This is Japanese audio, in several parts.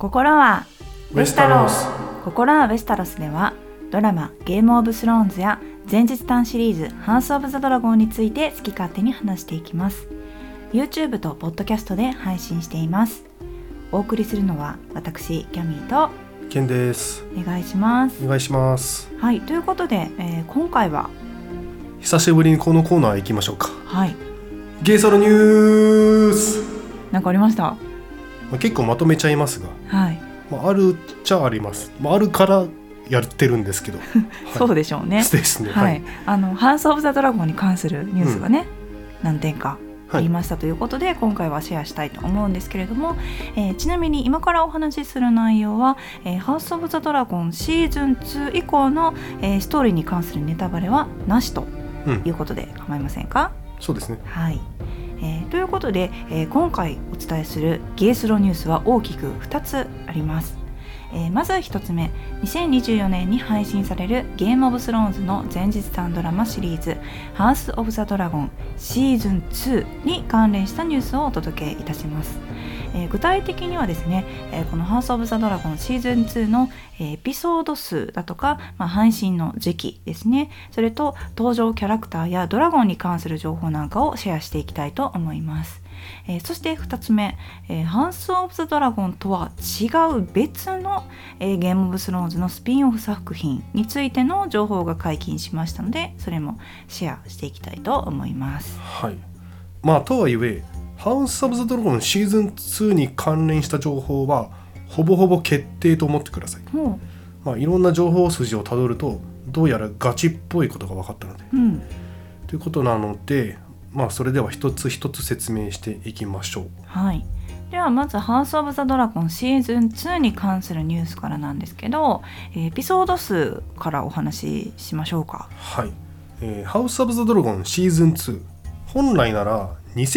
心はウェスタロス。 心はウェスタロスではドラマゲームオブスローンズや前日譚シリーズハウスオブザドラゴンについて好き勝手に話していきます。 YouTube とポッドキャストで配信しています。お送りするのは私キャミーとケンです。 お願いします。 お願いします。 はい、ということで、今回は久しぶりにこのコーナー行きましょうか。 はい、 ゲイソロニュース。 なんかありました？ 結構まとめちゃいますが、 はい、 あるっちゃあります。あるからやってるんですけど、はい、 そうでしょうね。 ですね。 はい、ハウスオブザドラゴンに関するニュースがね、何点かありましたということで、今回はシェアしたいと思うんですけれども、ちなみに今からお話しする内容は、ハウスオブザドラゴンシーズン2以降の、ストーリーに関するネタバレはなしということで構いませんか？ そうですね。 はい、ということで、今回お伝えするゲースロニュースは大きく2つあります。まず1つ目、2024年に配信されるゲームオブスローンズの前日譚ドラマシリーズハウスオブザドラゴンシーズン2に関連したニュースをお届けいたします。具体的にはですね、このハウスオブザドラゴンシーズン2のエピソード数だとか、配信の時期ですね、それと登場キャラクターやドラゴンに関する情報なんかをシェアしていきたいと思います。そして2つ目、ハウスオブザドラゴンとは違う別の、ゲームオブスローンズのスピンオフ作品についての情報が解禁しましたので、それもシェアしていきたいと思います。 はい。とはいえハウスオブザドラゴンシーズン2に関連した情報はほぼほぼ決定と思ってください。いろんな情報筋をたどるとどうやらガチっぽいことが分かったので、ということなので、それでは一つ一つ説明していきましょう。 はい、ではまずハウスオブザドラゴンシーズン2に関するニュースからなんですけど、エピソード数からお話ししましょうか。 はい、ハウスオブザドラゴンシーズン2、本来なら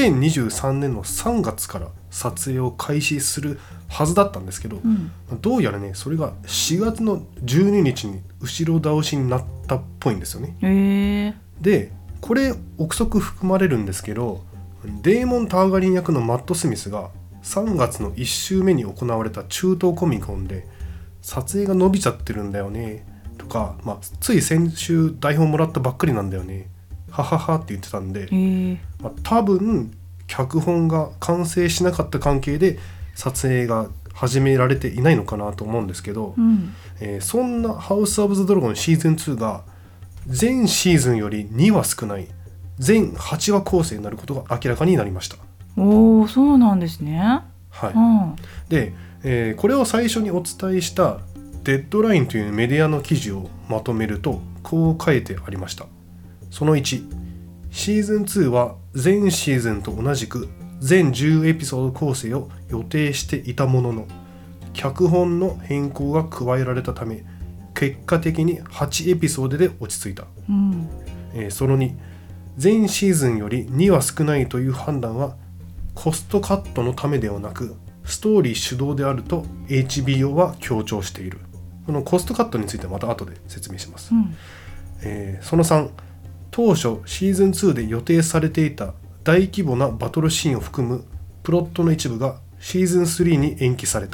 2023年の3月から撮影を開始するはずだったんですけど、どうやらねそれが4月の12日に後ろ倒しになったっぽいんですよね。でこれ憶測含まれるんですけど、デーモン・ターガリン役のマット・スミスが3月の1週目に行われた中東コミコンで撮影が伸びちゃってるんだよねとか、つい先週台本もらったばっかりなんだよねはははって言ってたんで、多分脚本が完成しなかった関係で撮影が始められていないのかなと思うんですけど、そんなハウスオブザドラゴンシーズン2が前シーズンより2話少ない全8話構成になることが明らかになりました。 おー、そうなんですね。 はい。で、これを最初にお伝えしたデッドラインというメディアの記事をまとめるとこう書いてありました。その1、シーズン2は前シーズンと同じく全10エピソード構成を予定していたものの脚本の変更が加えられたため結果的に8エピソードで落ち着いた。その2、前シーズンより2話少ないという判断はコストカットのためではなくストーリー主導であると HBO は強調している。このコストカットについてはまた後で説明します。その3、当初シーズン2で予定されていた大規模なバトルシーンを含むプロットの一部がシーズン3に延期された。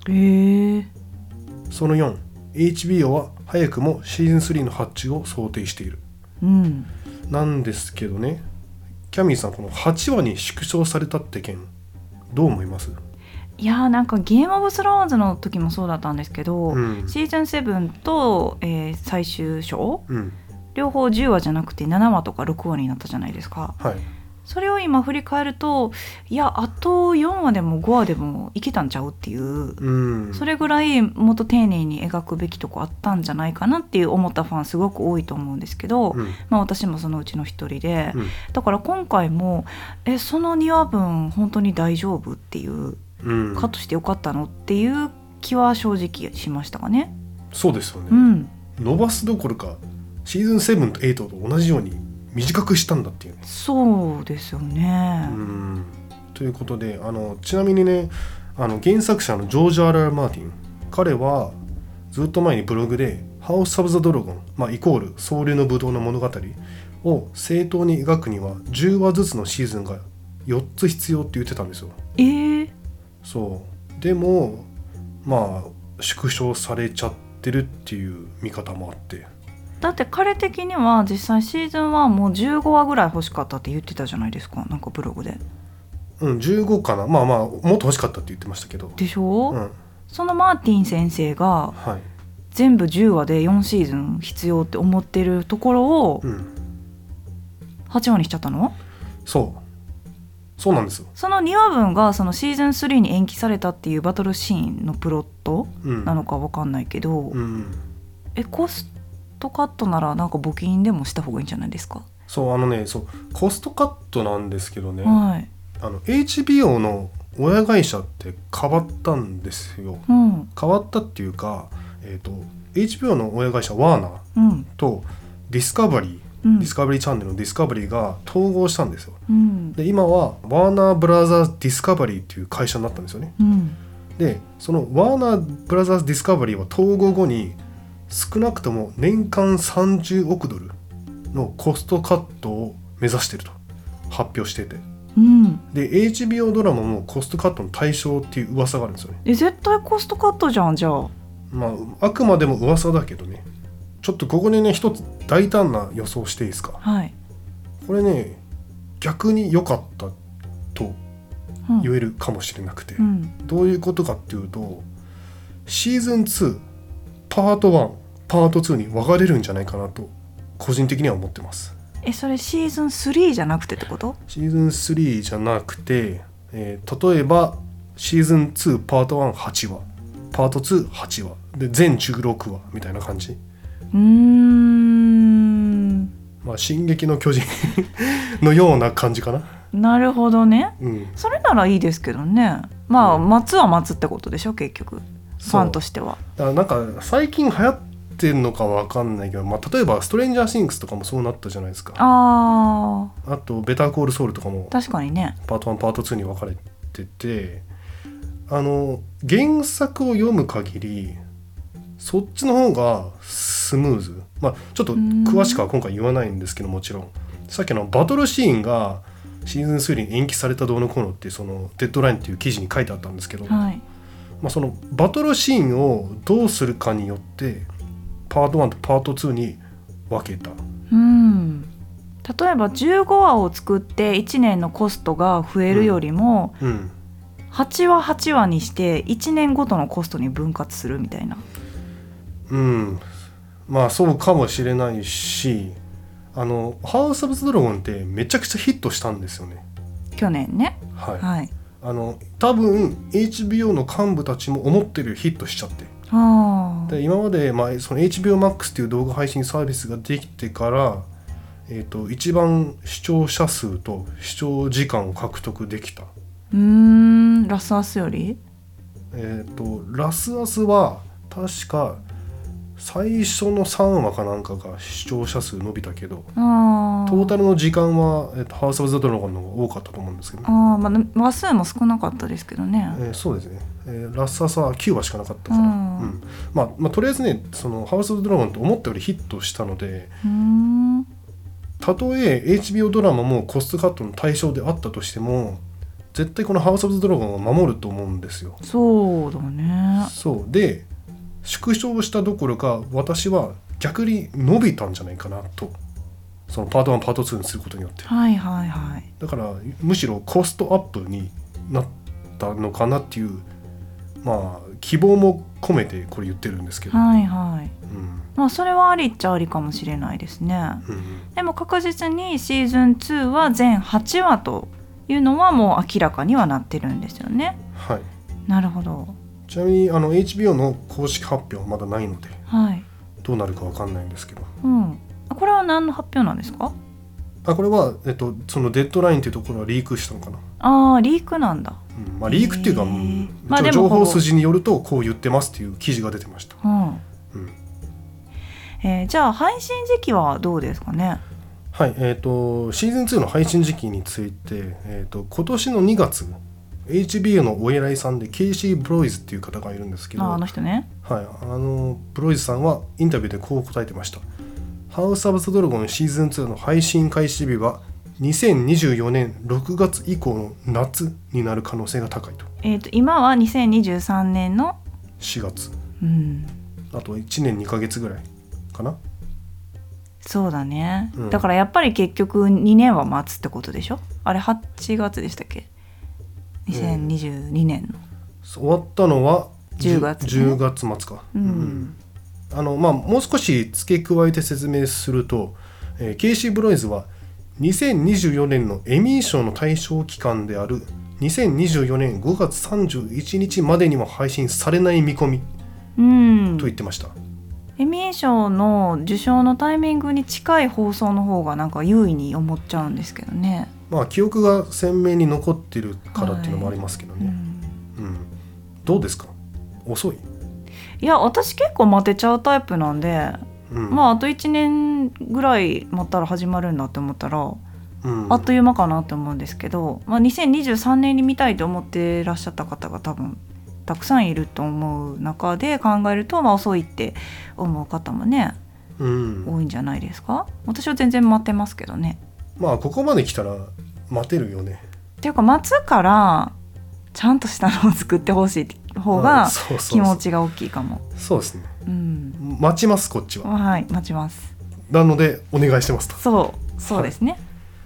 その4、HBO は早くもシーズン3の発注を想定している。なんですけどね、キャミーさん、この8話に縮小されたって件どう思います？ いやなんかゲームオブスローンズの時もそうだったんですけど、シーズン7と、最終章、両方10話じゃなくて7話とか6話になったじゃないですか。それを今振り返ると、いやあと4話でも5話でもいけたんちゃうっていう、それぐらいもっと丁寧に描くべきとこあったんじゃないかなっていう思ったファンすごく多いと思うんですけど、私もそのうちの一人で、だから今回もその2話分本当に大丈夫っていう、カットしてよかったのっていう気は正直しましたかね。 そうですよね、伸ばすどころかシーズン7と8と同じように短くしたんだっていうね。 そうですよね。 ということでちなみにね原作者のジョージ・R.R. マーティン、彼はずっと前にブログでハウス・オブ・ザ・ドラゴン、イコール総流の武道の物語を正当に描くには10話ずつのシーズンが4つ必要って言ってたんですよ。 そうでもまあ縮小されちゃってるっていう見方もあって。 だって彼的には実際シーズン1も15話ぐらい欲しかったって言ってたじゃないですか、なんかブログで。 15かな、まあもっと欲しかったって言ってましたけど。 でしょ、そのマーティン先生が全部10話で4シーズン必要って思ってるところを8話にしちゃったの？ そうなんですよ。 その2話分がそのシーズン3に延期されたっていうバトルシーンのプロットなのか分かんないけど、コストカットならなんか募金でもした方がいいんじゃないですか？ そうコストカットなんですけどね、 はい、 HBO の親会社って変わったんですよ、変わったっていうか、HBO の親会社ワーナーとディスカバリー、ディスカバリーチャンネルのディスカバリーが統合したんですよ、で今はワーナーブラザーズディスカバリーっていう会社になったんですよね、でそのワーナーブラザーズディスカバリーは統合後に少なくとも年間30億ドルのコストカットを目指していると発表してて、で HBO ドラマもコストカットの対象っていう噂があるんですよね。 絶対コストカットじゃん。じゃああくまでも噂だけどね。ちょっとここにね一つ大胆な予想していいですか？ はい。 これね逆に良かったと言えるかもしれなくて、どういうことかっていうとシーズン2パート1パート2に分かれるんじゃないかなと個人的には思ってます。 それシーズン3じゃなくてってこと？ シーズン3じゃなくて、例えばシーズン2パート18話パート28話で全16話みたいな感じ。進撃の巨人のような感じかな。 なるほどね、それならいいですけどね。待つは待つってことでしょ結局、ファンとしては。 だからなんか最近流行ってんのかわかんないけど、例えばストレンジャーシングスとかもそうなったじゃないですか。あとベターコールソウルとかも確かにねパート1パート2に分かれてて、原作を読む限りそっちの方がスムーズ。ちょっと詳しくは今回言わないんですけど、もちろんさっきのバトルシーンがシーズン3に延期されたどうのこうのってそのデッドラインっていう記事に書いてあったんですけど、そのバトルシーンをどうするかによってパート1とパート2に分けた。 例えば15話を作って1年のコストが増えるよりも、8話8話にして1年ごとのコストに分割するみたいな。 そうかもしれないし、ハウス・オブ・ザ・ドラゴンってめちゃくちゃヒットしたんですよね去年ね。 多分 HBO の幹部たちも思ってるよりヒットしちゃって、で今まで、その HBO Max っていう動画配信サービスができてから、一番視聴者数と視聴時間を獲得できた。 ラスアスより？ ラスアスは確か最初の3話かなんかが視聴者数伸びたけど、トータルの時間は、ハウス・オブ・ザ・ドラゴンの方が多かったと思うんですけど、 話数も少なかったですけどね。 そうですね、ラスアスは9話しかなかったから、とりあえずねそのハウス・オブ・ザ・ドラゴンって思ったよりヒットしたので、たとえ HBO ドラマもコストカットの対象であったとしても絶対このハウス・オブ・ザ・ドラゴンを守ると思うんですよ。 そうだね。 そうで縮小したどころか私は逆に伸びたんじゃないかなと、そのパート1パート2にすることによって、だからむしろコストアップになったのかなっていう希望も込めてこれ言ってるんですけど、 それはありっちゃありかもしれないですね、でも確実にシーズン2は全8話というのはもう明らかにはなってるんですよね。なるほど。 ちなみにHBO の公式発表はまだないので、どうなるか分かんないんですけど、 これは何の発表なんですか？ これは、そのデッドラインっていうところはリークしたのかな。 リークなんだ。 リークっていうか、情報筋によるとこう言ってますっていう記事が出てました。 じゃあ配信時期はどうですかね？ シーズン2の配信時期について、今年の2月HBO のお偉いさんでケイシー・ブロイズっていう方がいるんですけど、 あの人ね。 ブロイズさんはインタビューでこう答えてました。ハウス・オブ・ザ・ドラゴンシーズン2の配信開始日は2024年6月以降の夏になる可能性が高いと。 今は2023年の 4月、 うんあと1年2ヶ月ぐらいかな。 そうだね、 うんだからやっぱり結局2年は待つってことでしょ。あれ8月でしたっけ、2022年の、 終わったのは 10月ね 10月末か、もう少し付け加えて説明すると、ケイシー・ブロイズは2024年のエミー賞の対象期間である2024年5月31日までにも配信されない見込みと言ってました。 エミー賞の受賞のタイミングに近い放送の方がなんか優位に思っちゃうんですけどね。 記憶が鮮明に残ってるからっていうのもありますけどね、どうですか、遅い？ いや私結構待てちゃうタイプなんで、あと1年ぐらい待ったら始まるんだって思ったら、あっという間かなって思うんですけど、2023年に見たいと思ってらっしゃった方が多分たくさんいると思う中で考えると、遅いって思う方もね、多いんじゃないですか。私は全然待ってますけどね。 ここまで来たら待てるよね。 っていうか待つからちゃんとしたのを作ってほしい方が気持ちが大きいかも。 そうですね、待ちますこっちは。 はい、待ちます。 なのでお願いしてますと。 そうですね、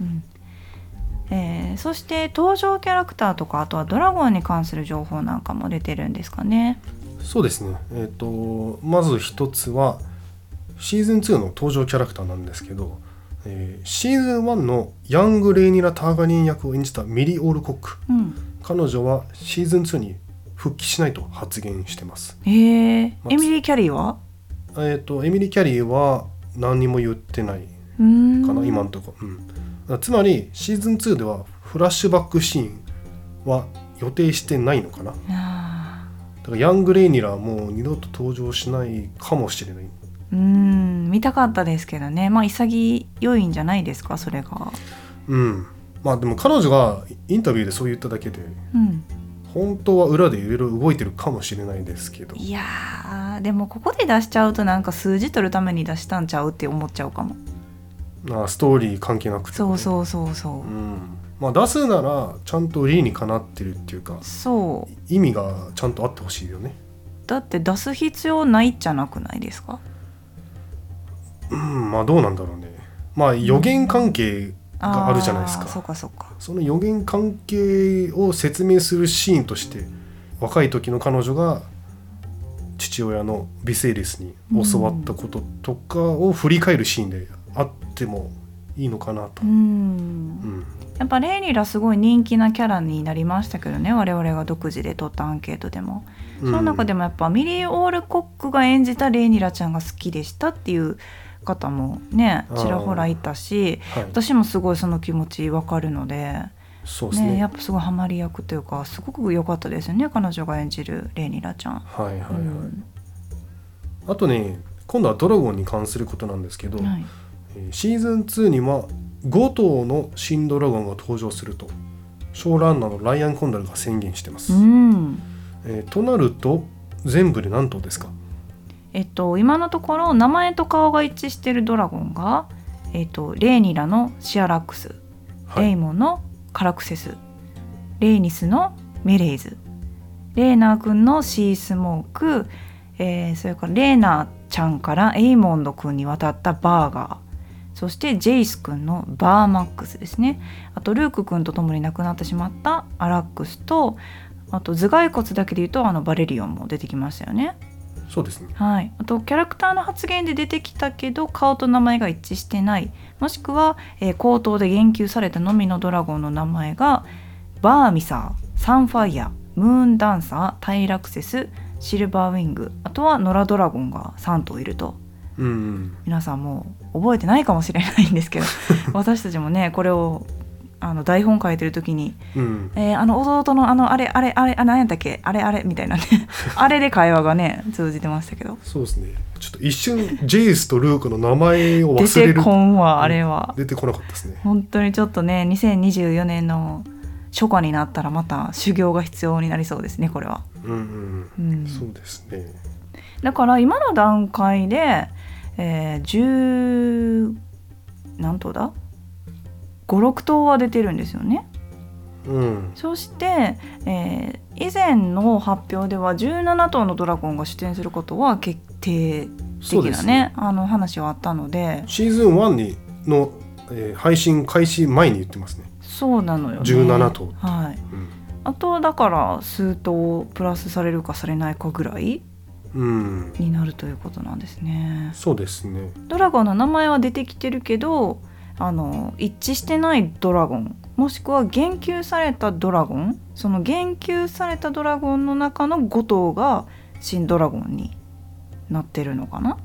そして登場キャラクターとか、あとはドラゴンに関する情報なんかも出てるんですかね。 そうですね、まず一つはシーズン2の登場キャラクターなんですけど、シーズン1のヤング・レイニラ・ターガニン役を演じたミリ・オールコック、彼女はシーズン2に復帰しないと発言してます。 エミリー・キャリーは？ エミリー・キャリーは何にも言ってないかな今のところ、つまりシーズン2ではフラッシュバックシーンは予定してないのかな。だからヤング・レイニラはもう二度と登場しないかもしれない。 見たかったですけどね。潔いんじゃないですか、それが。 でも彼女がインタビューでそう言っただけで、本当は裏でいろいろ動いてるかもしれないですけど。 いやーでもここで出しちゃうとなんか数字取るために出したんちゃうって思っちゃうかも。 ストーリー関係なくて、 そう、 出すならちゃんと理にかなってるっていうか、意味がちゃんとあってほしいよね。 だって出す必要ないじゃなくないですか。 どうなんだろうね。予言関係があるじゃないですか。その予言関係を説明するシーンとして、若い時の彼女が父親のビセイリスに教わったこととかを振り返るシーンであってもいいのかなと。やっぱレイニラすごい人気なキャラになりましたけどね、我々が独自で取ったアンケートでも。その中でもやっぱミリー・オールコックが演じたレイニラちゃんが好きでしたっていう方もねちらほらいたし、私もすごいその気持ち分かるので、 そうですね、 やっぱすごいハマり役というかすごく良かったですよね、彼女が演じるレイニラちゃん。 あとね、今度はドラゴンに関することなんですけど、シーズン2には5頭の新ドラゴンが登場するとショーランナーのライアン・コンダルが宣言してます。となると全部で何頭ですか？ 今のところ名前と顔が一致しているドラゴンが、レイニラのシアラックス、レイモンのカラクセス、レイニスのメレイズ、レーナー君のシースモーク、それからレーナーちゃんからエイモンド君に渡ったバーガー、そしてジェイス君のバーマックスですね。あとルーク君と共に亡くなってしまったアラックスと、あと頭蓋骨だけでいうとバレリオンも出てきましたよね。 そうですね、 あとキャラクターの発言で出てきたけど顔と名前が一致してない、もしくは、口頭で言及されたのみのドラゴンの名前がバーミサー、サンファイア、ムーンダンサー、タイラクセス、シルバーウィング、あとはノラドラゴンが3頭いると。皆さんもう覚えてないかもしれないんですけど私たちもねこれを台本書いてる時に、弟のあれ何やったっけ、あれみたいなねあれで会話がね通じてましたけど。 そうですね、ちょっと一瞬ジェイスとルークの名前を忘れる。 出てこんわ、あれは出てこなかったですね。 本当にちょっとね2024年の初夏になったらまた修行が必要になりそうですね、これは。そうですね。だから今の段階で、10何頭だ、5、6頭は出てるんですよね。 そして、以前の発表では17頭のドラゴンが出演することは決定的なね、話はあったので、 シーズン1の、配信開始前に言ってますね。 そうなのよね、 17頭、 はい、あとだから数頭プラスされるかされないかぐらいになるということなんですね。 そうですね。 ドラゴンの名前は出てきてるけど一致してないドラゴン、もしくは言及されたドラゴン、その言及されたドラゴンの中の5頭が新ドラゴンになってるのかな。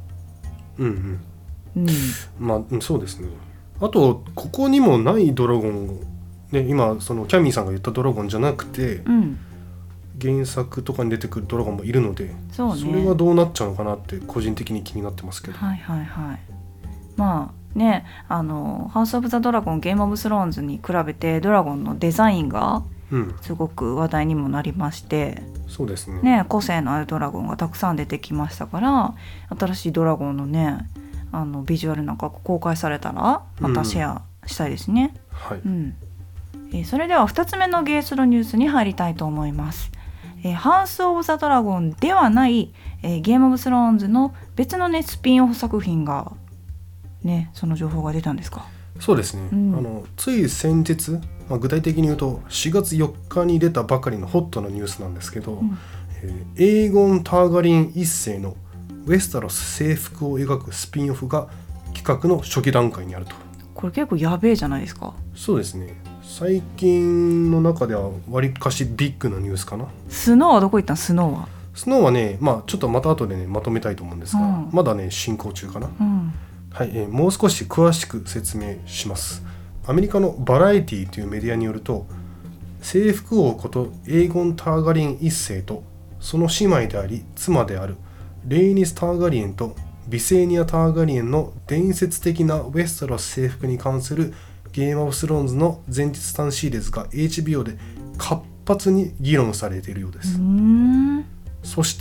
まあそうですね。あとここにもないドラゴン、ね、今そのキャミーさんが言ったドラゴンじゃなくて、原作とかに出てくるドラゴンもいるので、それはどうなっちゃうのかなって個人的に気になってますけど。 まあね、ハウス・オブ・ザ・ドラゴン、ゲーム・オブ・スローンズに比べてドラゴンのデザインがすごく話題にもなりまして、 そうですね、 個性のあるドラゴンがたくさん出てきましたから、新しいドラゴンのねビジュアルなんか公開されたらまたシェアしたいですね。それでは2つ目のゲースロニュースに入りたいと思います。ハウス・オブ・ザ・ドラゴンではない、ゲーム・オブ・スローンズの別のねスピンオフ作品がね、その情報が出たんですか。 そうですね、つい先日、具体的に言うと4月4日に出たばかりのホットなニュースなんですけど、エーゴン・ターガリン一世のウェスタロス征服を描くスピンオフが企画の初期段階にあると。 これ結構やべえじゃないですか。 そうですね、最近の中ではわりかしビッグなニュースかな。 スノーはどこ行ったん？スノーはね、ちょっとまた後でねまとめたいと思うんですが、まだね進行中かな。もう少し詳しく説明します。アメリカのバラエティというメディアによると、征服王ことエーゴン・ターガリン一世とその姉妹であり妻であるレイニス・ターガリエンとビセーニア・ターガリエンの伝説的なウェスタロス征服に関するゲーム・オブ・スローンズの前日短シリーズが HBO で活発に議論されているようです。そして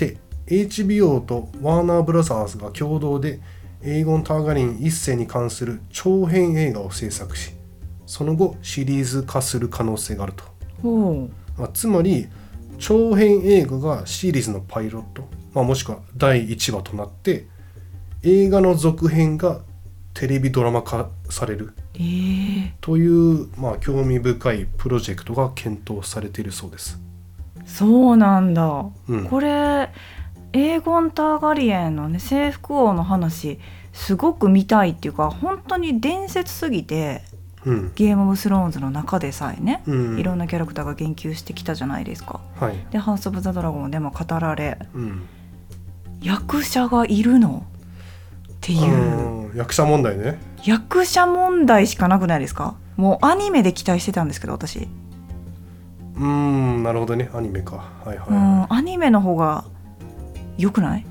HBO とワーナーブラザーズが共同でエーゴン・ターガリン一世に関する長編映画を制作し、その後シリーズ化する可能性があると。つまり長編映画がシリーズのパイロット、もしくは第1話となって映画の続編がテレビドラマ化される、という、興味深いプロジェクトが検討されているそうです。 そうなんだ、これエーゴン・ターガリエンのね征服王の話すごく見たいっていうか、本当に伝説すぎて、ゲーム・オブ・スローンズの中でさえね、いろんなキャラクターが言及してきたじゃないですか。でハウス・オブ・ザ・ドラゴンでも語られ、役者がいるのっていう、 役者問題ね。 役者問題しかなくないですか。もうアニメで期待してたんですけど、私なるほどね、アニメか。 アニメの方が良くない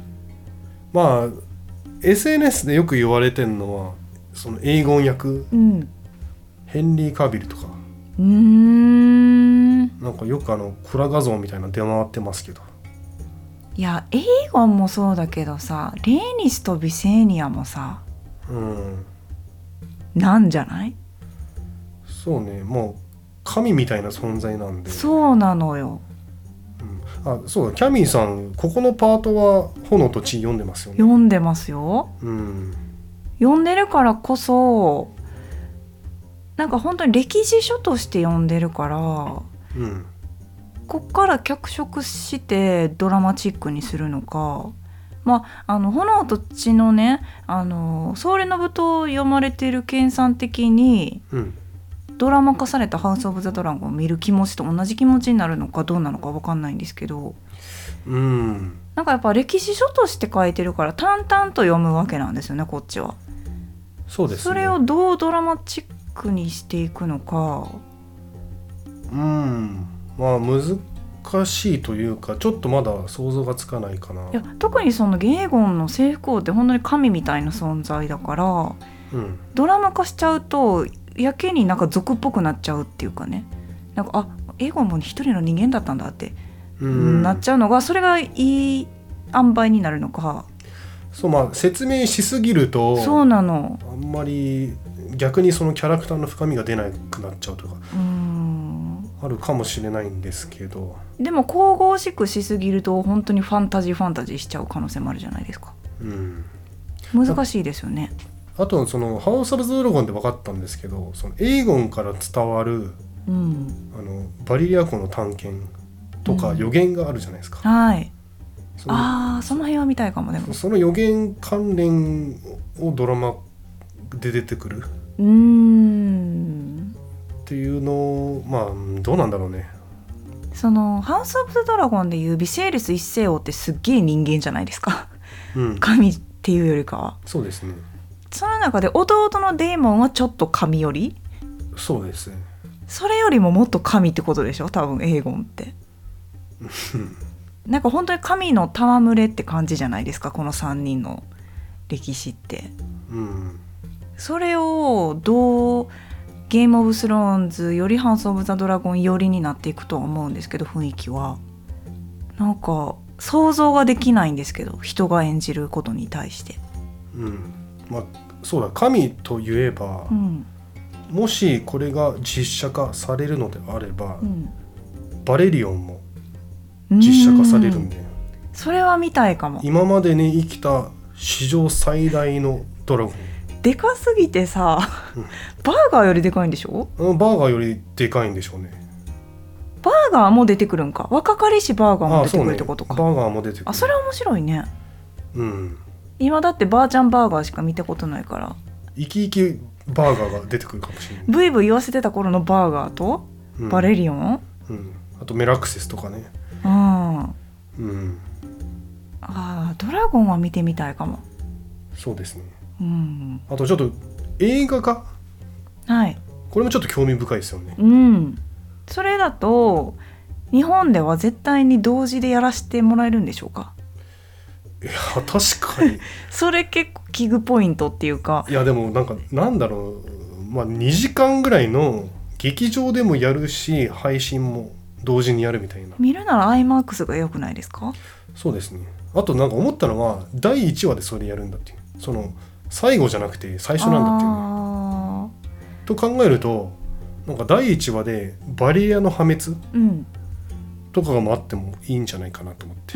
？SNS でよく言われてるのはそのエーゴン役、ヘンリー・カビルとかなんかよくコラ画像みたいなの出回ってますけど、 いやエーゴンもそうだけどさ、レイニスとビセーニアもさ、なんじゃない？ そうね、もう神みたいな存在なんで。 そうなのよ。 そうだ、キャミーさんここのパートは炎と血読んでますよね。 読んでますよ、読んでるからこそなんか本当に歴史書として読んでるから、こっから脚色してドラマチックにするのか、炎と血のね総理の舞踏を読まれている研鑽的に、ドラマ化されたハウス・オブ・ザ・ドラゴンを見る気持ちと同じ気持ちになるのかどうなのか分かんないんですけど、なんかやっぱ歴史書として書いてるから淡々と読むわけなんですよね、こっちは。 そうですね。 それをどうドラマチックにしていくのか、 難しいというか、ちょっとまだ想像がつかないかな。 いや特にそのゲーゴンの征服王って本当に神みたいな存在だから、ドラマ化しちゃうとやけになんか俗っぽくなっちゃうっていうかね、なんかエーゴンも一人の人間だったんだってなっちゃうのが、それがいい塩梅になるのか。 説明しすぎると、 そうなの、 あんまり逆にそのキャラクターの深みが出なくなっちゃうとかあるかもしれないんですけど、 でも神々しくしすぎると本当にファンタジーしちゃう可能性もあるじゃないですか。 うん、 難しいですよね。 あとそのハウス・オブ・ザ・ドラゴンで分かったんですけど、そのエーゴンから伝わる、 うん、 バリリア湖の探検とか予言があるじゃないですか、 はい。 そのその辺は見たいかも。でもその予言関連をドラマで出てくるっていうのを、まあどうなんだろうね。 そのハウス・オブ・ザ・ドラゴンでいうヴィセーリス一世王ってすっげえ人間じゃないですか、 うん、 神っていうよりかは。 そうですね。 その中で弟のデーモンはちょっと神より、 そうですね。 それよりももっと神ってことでしょ多分エーゴンってなんか本当に神の戯れって感じじゃないですか、この3人の歴史って、 うん、 それをどうゲームオブスローンズよりハウスオブザドラゴン寄りになっていくとは思うんですけど、雰囲気はなんか想像ができないんですけど、人が演じることに対して、 うん、まあそうだ、神といえば、うん、もしこれが実写化されるのであれば、うん、バレリオンも実写化されるんで、 それは見たいかも。 今までに生きた史上最大のドラゴン、 でかすぎてさ、うん、バーガーよりでかいんでしょ。 バーガーよりでかいんでしょうね。 バーガーも出てくるんか。若かりしバーガーも出てくるってことか。 バーガーも出てくる。 それは面白いね。 うん。 今だってばあちゃんバーガーしか見たことないから、 生き生きバーガーが出てくるかもしれない。 ブイブイ言わせてた頃のバーガーと、うん、バレリオン、 うん、あとメラクセスとかね。 うん、ドラゴンは見てみたいかも。 そうですね、 うん、 あとちょっと映画化、 はい、 これもちょっと興味深いですよね。 うん、それだと日本では絶対に同時でやらせてもらえるんでしょうか。 いや確かにそれ結構危惧ポイントっていうか。 いやでもなんだろう、まあ、2時間ぐらいの劇場でもやるし配信も同時にやるみたいな。 見るなら IMAX が良くないですか。 そうですね。あとなんか思ったのは第1話でそれやるんだっていう、その最後じゃなくて最初なんだっていうね。と考えるとなんか第1話でバリアの破滅、うんとかがもあってもいいんじゃないかなと思って、 うん、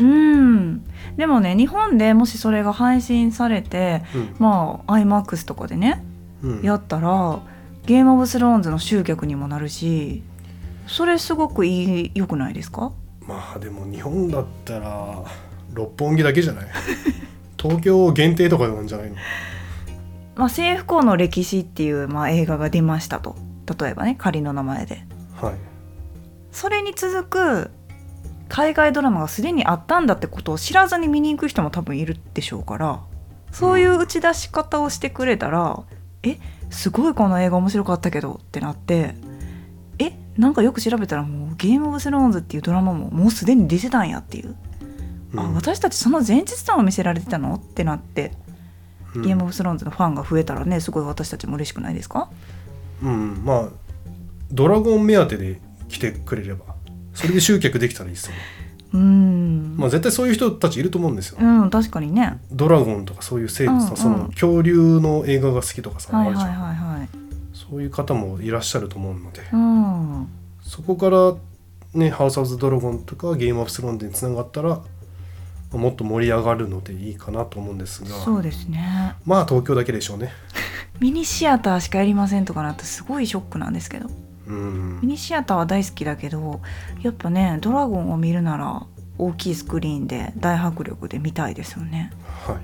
でもね日本でもしそれが配信されて、うん、まあ IMAX とかでね、うん、やったらゲームオブスローンズの集客にもなるし、それすごく良くないですか。 まあでも日本だったら六本木だけじゃない東京限定とかなんじゃないの。 まあ、政府公の歴史っていう、まあ、映画が出ましたと、例えばね仮の名前で、はい、それに続く海外ドラマがすでにあったんだってことを知らずに見に行く人も多分いるでしょうから、そういう打ち出し方をしてくれたら、すごいこの映画面白かったけどってなって、なんかよく調べたらもうゲームオブスローンズっていうドラマももうすでに出てたんやっていう、私たちその前日談を見せられてたのってなって、ゲームオブスローンズのファンが増えたらね、すごい私たちも嬉しくないですか。 まあドラゴン目当てで来てくれればそれで集客できたらいいですよね。まあ絶対そういう人たちいると思うんですよ。 確かにね。 ドラゴンとかそういう生物、その恐竜の映画が好きとかさ、あるじゃん。そういう方もいらっしゃると思うので、そこからねハウス・オブ・ザ・ドラゴンとかゲーム・オブ・スローンズにつながったらもっと盛り上がるのでいいかなと思うんですが、 そうですね。 まあ東京だけでしょうね。 ミニシアターしかやりませんとかなってすごいショックなんですけど、ミニシアターは大好きだけど、やっぱねドラゴンを見るなら大きいスクリーンで大迫力で見たいですよね。はい、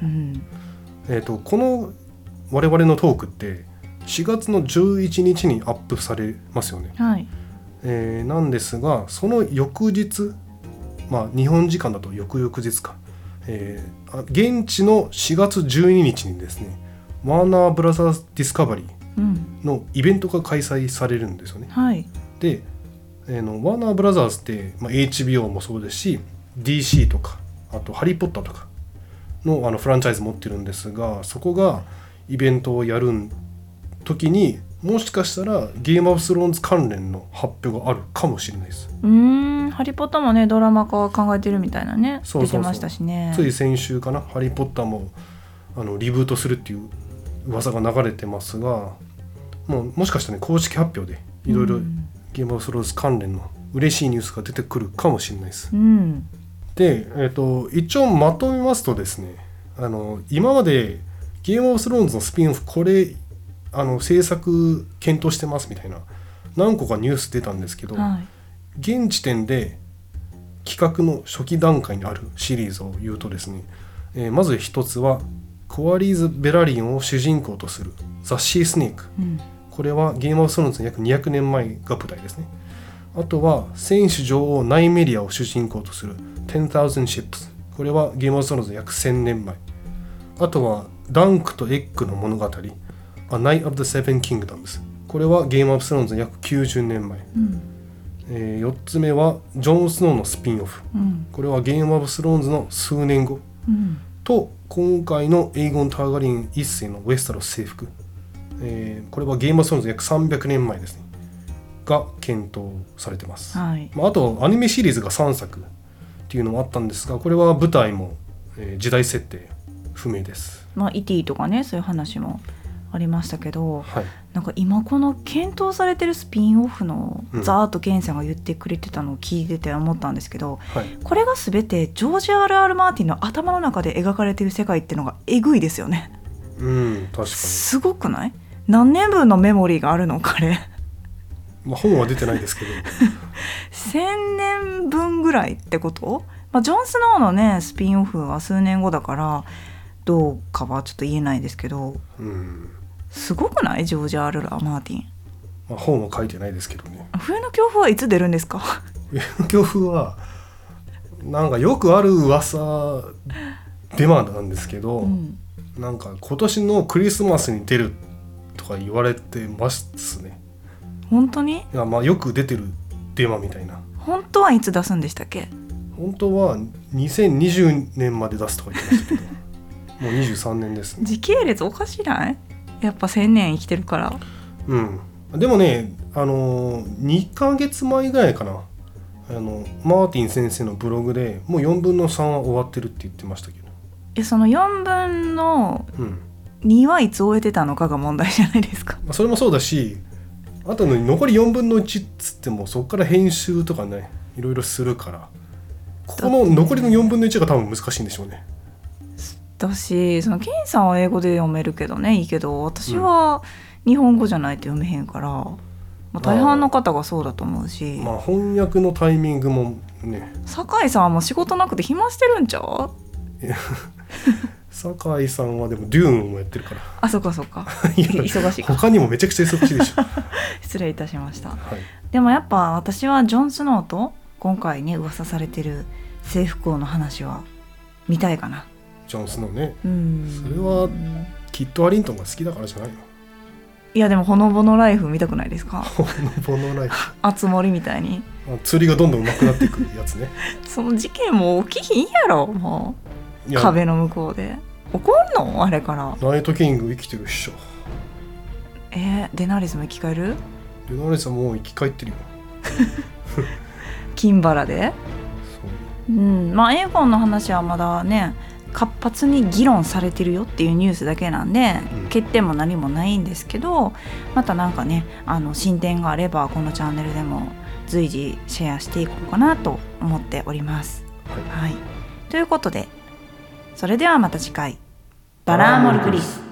この我々のトークって4月の11日にアップされますよね。はい、なんですがその翌日、まあ日本時間だと翌々日か、現地の4月12日にですねワーナーブラザーズディスカバリーのイベントが開催されるんですよね。はい、で、ワーナーブラザーズって、HBO もそうですし DC とかあとハリーポッターとかの、フランチャイズ持ってるんですが、そこがイベントをやる時にもしかしたらゲームオブスローンズ関連の発表があるかもしれないです。 ハリーポッターもねドラマ化考えてるみたいなね。出てましたしね。 つい先週かな、ハリーポッターもリブートするっていう噂が流れてますが、もしかしたら、ね、公式発表でいろいろゲームオブスローンズ関連の嬉しいニュースが出てくるかもしれないです。 うん、 で、一応まとめますとですね、今までゲームオブスローンズのスピンオフこれ制作検討してますみたいな何個かニュース出たんですけど、 はい、 現時点で企画の初期段階にあるシリーズを言うとですね、まず一つはコアリーズ・ベラリンを主人公とするザ・シー・スネーク、これはゲームオブスローンズの約200年前が舞台ですね。あとは戦士女王ナイメリアを主人公とする10,000 Ships、 これはゲームオブスローンズの約1000年前。あとはダンクとエッグの物語 A Night of the Seven Kingdoms、 これはゲームオブスローンズの約90年前。4つ目はジョン・スノーのスピンオフ、これはゲームオブスローンズの数年後、と今回のエイゴン・ターガリン一世のウェスタロス征服、これはゲームオブスローンズ約300年前ですねが検討されてます。 はい、 あとアニメシリーズが3作っていうのもあったんですが、これは舞台も、時代設定不明です。 E.T. とかね、そういう話もありましたけど、 はい、 なんか今この検討されてるスピンオフのザーッとケンさんが言ってくれてたのを聞いてて思ったんですけど、これが全てジョージ R.R. マーティンの頭の中で描かれてる世界っていうのがえぐいですよね。 確かにすごくない？何年分のメモリーがあるのかね。 本は出てないですけど 1000年分ぐらいってこと？ジョン・スノーのねスピンオフは数年後だからどうかはちょっと言えないですけど、すごくない？ジョージ R.R. マーティン、 本は書いてないですけどね。 冬の強風はいつ出るんですか？ 冬の強風はなんかよくある噂デマなんですけど、なんか今年のクリスマスに出るとか言われてますね。 本当に？ いや、よく出てるデマみたいな。 本当はいつ出すんでしたっけ？ 本当は2020年まで出すとか言ってましたけどもう23年ですね。 時系列おかしない？やっぱ1000年生きてるから。 でもね、2ヶ月前ぐらいかな、マーティン先生のブログでもう4分の3は終わってるって言ってましたけど、 その4分の2はいつ終えてたのかが問題じゃないですか。 それもそうだし、あとの残り4分の1っつってもそこから編集とかねいろいろするから、ここの残りの4分の1が多分難しいんでしょうね。 だし、そのケンさんは英語で読めるけどねいいけど、私は日本語じゃないと読めへんから、大半の方がそうだと思うし、 翻訳のタイミングもね。 酒井さんはもう仕事なくて暇してるんちゃう？ 酒井さんはでもデューンもやってるから。 あ、そっかそっか忙しいか。 他にもめちゃくちゃ忙しいでしょ失礼いたしました、 はい、 でもやっぱ私はジョン・スノーと今回ね噂されてる征服王の話は見たいかな。 ジョン・スノーね。それはキッド・アリントンが好きだからじゃないの？ いやでもほのぼのライフ見たくないですか？ ほのぼのライフあつ森みたいに釣りがどんどん上手くなっていくやつねその事件も起きひんやろ、もう壁の向こうで怒んの？あれからナイトキング生きてるっしょ。 デナーリスも生き返る？ デナーリスはもう生き返ってるよ金バラで。エーゴンの話はまだね活発に議論されてるよっていうニュースだけなんで、欠点も何もないんですけど、またなんかね進展があればこのチャンネルでも随時シェアしていこうかなと思っております。はい、ということでそれではまた次回バラーモルクリス。